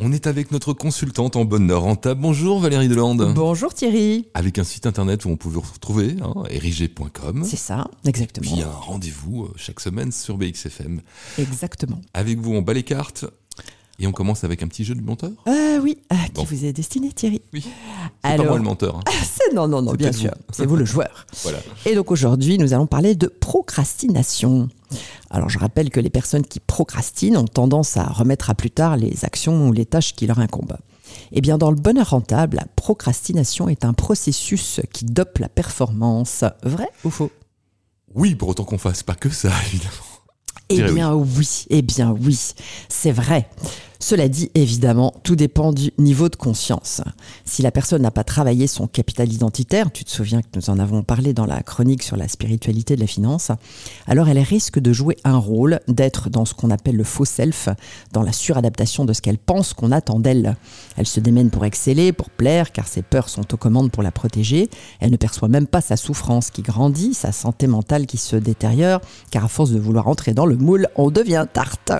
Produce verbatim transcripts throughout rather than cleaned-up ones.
On est avec notre consultante en bonheur rentable. Bonjour Valérie Delande. Bonjour Thierry. Avec un site internet où on peut vous retrouver, hein, érigé point com. C'est ça, exactement. Puis un rendez-vous chaque semaine sur B X F M. Exactement. Avec vous, on bat les cartes. Et on commence avec un petit jeu du menteur. euh, Oui, euh, qui bon. vous est destiné Thierry. Oui, c'est Alors... pas moi le menteur. Hein. c'est... Non, non, non, c'est bien sûr, vous. C'est vous le joueur. Voilà. Et donc aujourd'hui, nous allons parler de procrastination. Alors je rappelle que les personnes qui procrastinent ont tendance à remettre à plus tard les actions ou les tâches qui leur incombent. Eh bien, dans le bonheur rentable, la procrastination est un processus qui dope la performance. Vrai ou faux ? Oui, pour autant qu'on fasse pas que ça, évidemment. Eh bien oui. oui, eh bien oui, c'est vrai. Cela dit, évidemment, tout dépend du niveau de conscience. Si la personne n'a pas travaillé son capital identitaire, tu te souviens que nous en avons parlé dans la chronique sur la spiritualité de la finance, alors elle risque de jouer un rôle, d'être dans ce qu'on appelle le faux self, dans la suradaptation de ce qu'elle pense qu'on attend d'elle. Elle se démène pour exceller, pour plaire, car ses peurs sont aux commandes pour la protéger. Elle ne perçoit même pas sa souffrance qui grandit, sa santé mentale qui se détériore, car à force de vouloir entrer dans le moule, on devient tarte.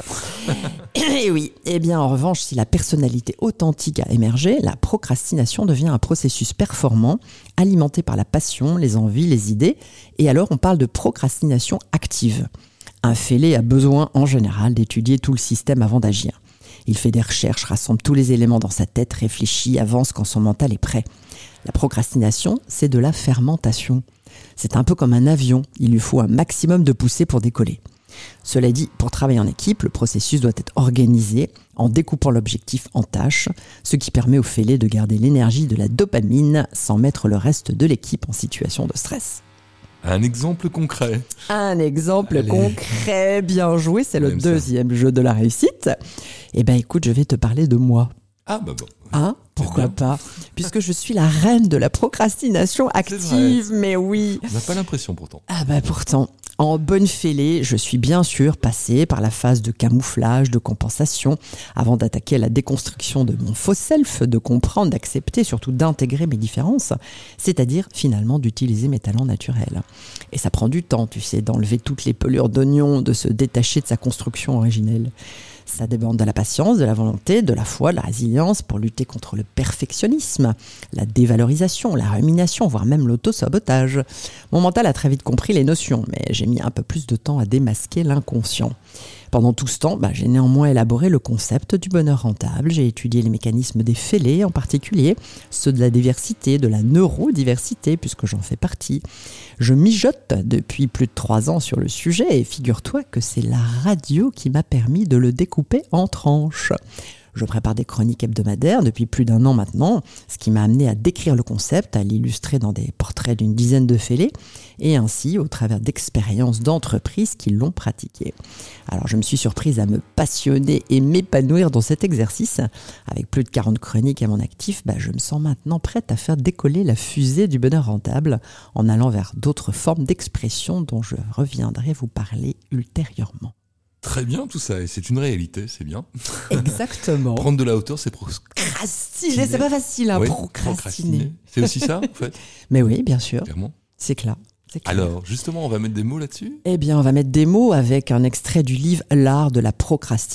Et oui, eh bien en revanche, si la personnalité authentique a émergé, la procrastination devient un processus performant, alimenté par la passion, les envies, les idées, et alors on parle de procrastination active. Un fêlé a besoin en général d'étudier tout le système avant d'agir. Il fait des recherches, rassemble tous les éléments dans sa tête, réfléchit, avance quand son mental est prêt. La procrastination, c'est de la fermentation. C'est un peu comme un avion, il lui faut un maximum de poussée pour décoller. Cela dit, pour travailler en équipe, le processus doit être organisé en découpant l'objectif en tâches, ce qui permet au fêlé de garder l'énergie de la dopamine sans mettre le reste de l'équipe en situation de stress. Un exemple concret. Un exemple Allez. concret, bien joué, c'est le Même deuxième ça. Jeu de la réussite. Eh bien écoute, je vais te parler de moi. Ah bah bon. Hein ? Pourquoi pas ? Puisque je suis la reine de la procrastination active, mais oui. On n'a pas l'impression pourtant. Ah bah pourtant, en bonne fêlée, je suis bien sûr passée par la phase de camouflage, de compensation, avant d'attaquer la déconstruction de mon faux self, de comprendre, d'accepter, surtout d'intégrer mes différences, c'est-à-dire finalement d'utiliser mes talents naturels. Et ça prend du temps, tu sais, d'enlever toutes les pelures d'oignon, de se détacher de sa construction originelle. Ça demande de la patience, de la volonté, de la foi, de la résilience pour lutter contre le perfectionnisme, la dévalorisation, la rumination, voire même l'auto-sabotage. Mon mental a très vite compris les notions, mais j'ai mis un peu plus de temps à démasquer l'inconscient. Pendant tout ce temps, bah, j'ai néanmoins élaboré le concept du bonheur rentable. J'ai étudié les mécanismes des fêlés, en particulier ceux de la diversité, de la neurodiversité, puisque j'en fais partie. Je mijote depuis plus de trois ans sur le sujet et figure-toi que c'est la radio qui m'a permis de le découper en tranches. Je prépare des chroniques hebdomadaires depuis plus d'un an maintenant, ce qui m'a amené à décrire le concept, à l'illustrer dans des portraits d'une dizaine de fêlés, et ainsi au travers d'expériences d'entreprises qui l'ont pratiqué. Alors je me suis surprise à me passionner et m'épanouir dans cet exercice. Avec plus de quarante chroniques à mon actif, bah, je me sens maintenant prête à faire décoller la fusée du bonheur rentable en allant vers d'autres formes d'expression dont je reviendrai vous parler ultérieurement. Très bien tout ça, et c'est une réalité, c'est bien. Exactement. Prendre de la hauteur, c'est procrastiner. C'est pas facile, hein, oui, procrastiner. procrastiner. C'est aussi ça, en fait. Mais oui, bien sûr. Clairement. C'est clair. C'est clair. Alors, justement, on va mettre des mots là-dessus ? Eh bien, on va mettre des mots avec un extrait du livre « L'art de la procrastination »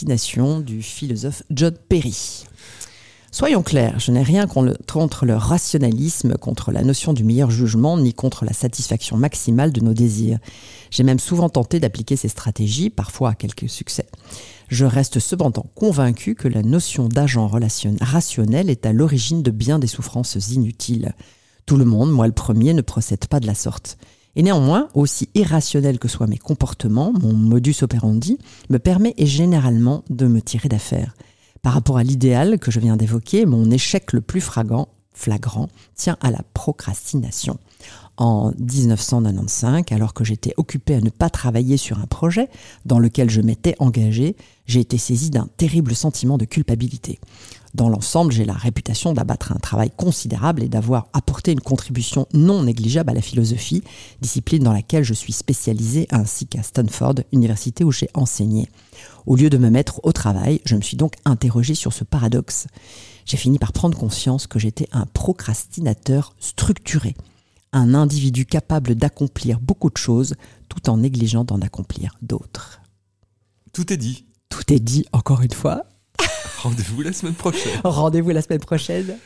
du philosophe John Perry. Soyons clairs, je n'ai rien contre le rationalisme, contre la notion du meilleur jugement, ni contre la satisfaction maximale de nos désirs. J'ai même souvent tenté d'appliquer ces stratégies, parfois à quelques succès. Je reste cependant convaincu que la notion d'agent rationnel est à l'origine de bien des souffrances inutiles. Tout le monde, moi le premier, ne procède pas de la sorte. Et néanmoins, aussi irrationnel que soient mes comportements, mon modus operandi me permet et généralement de me tirer d'affaire. Par rapport à l'idéal que je viens d'évoquer, mon échec le plus flagrant, flagrant tient à la procrastination. En dix-neuf cent quatre-vingt-quinze, alors que j'étais occupé à ne pas travailler sur un projet dans lequel je m'étais engagé, j'ai été saisi d'un terrible sentiment de culpabilité. Dans l'ensemble, j'ai la réputation d'abattre un travail considérable et d'avoir apporté une contribution non négligeable à la philosophie, discipline dans laquelle je suis spécialisé, ainsi qu'à Stanford, université où j'ai enseigné. Au lieu de me mettre au travail, je me suis donc interrogé sur ce paradoxe. J'ai fini par prendre conscience que j'étais un procrastinateur structuré, un individu capable d'accomplir beaucoup de choses tout en négligeant d'en accomplir d'autres. Tout est dit. Tout est dit, encore une fois. Rendez-vous la semaine prochaine. Rendez-vous la semaine prochaine.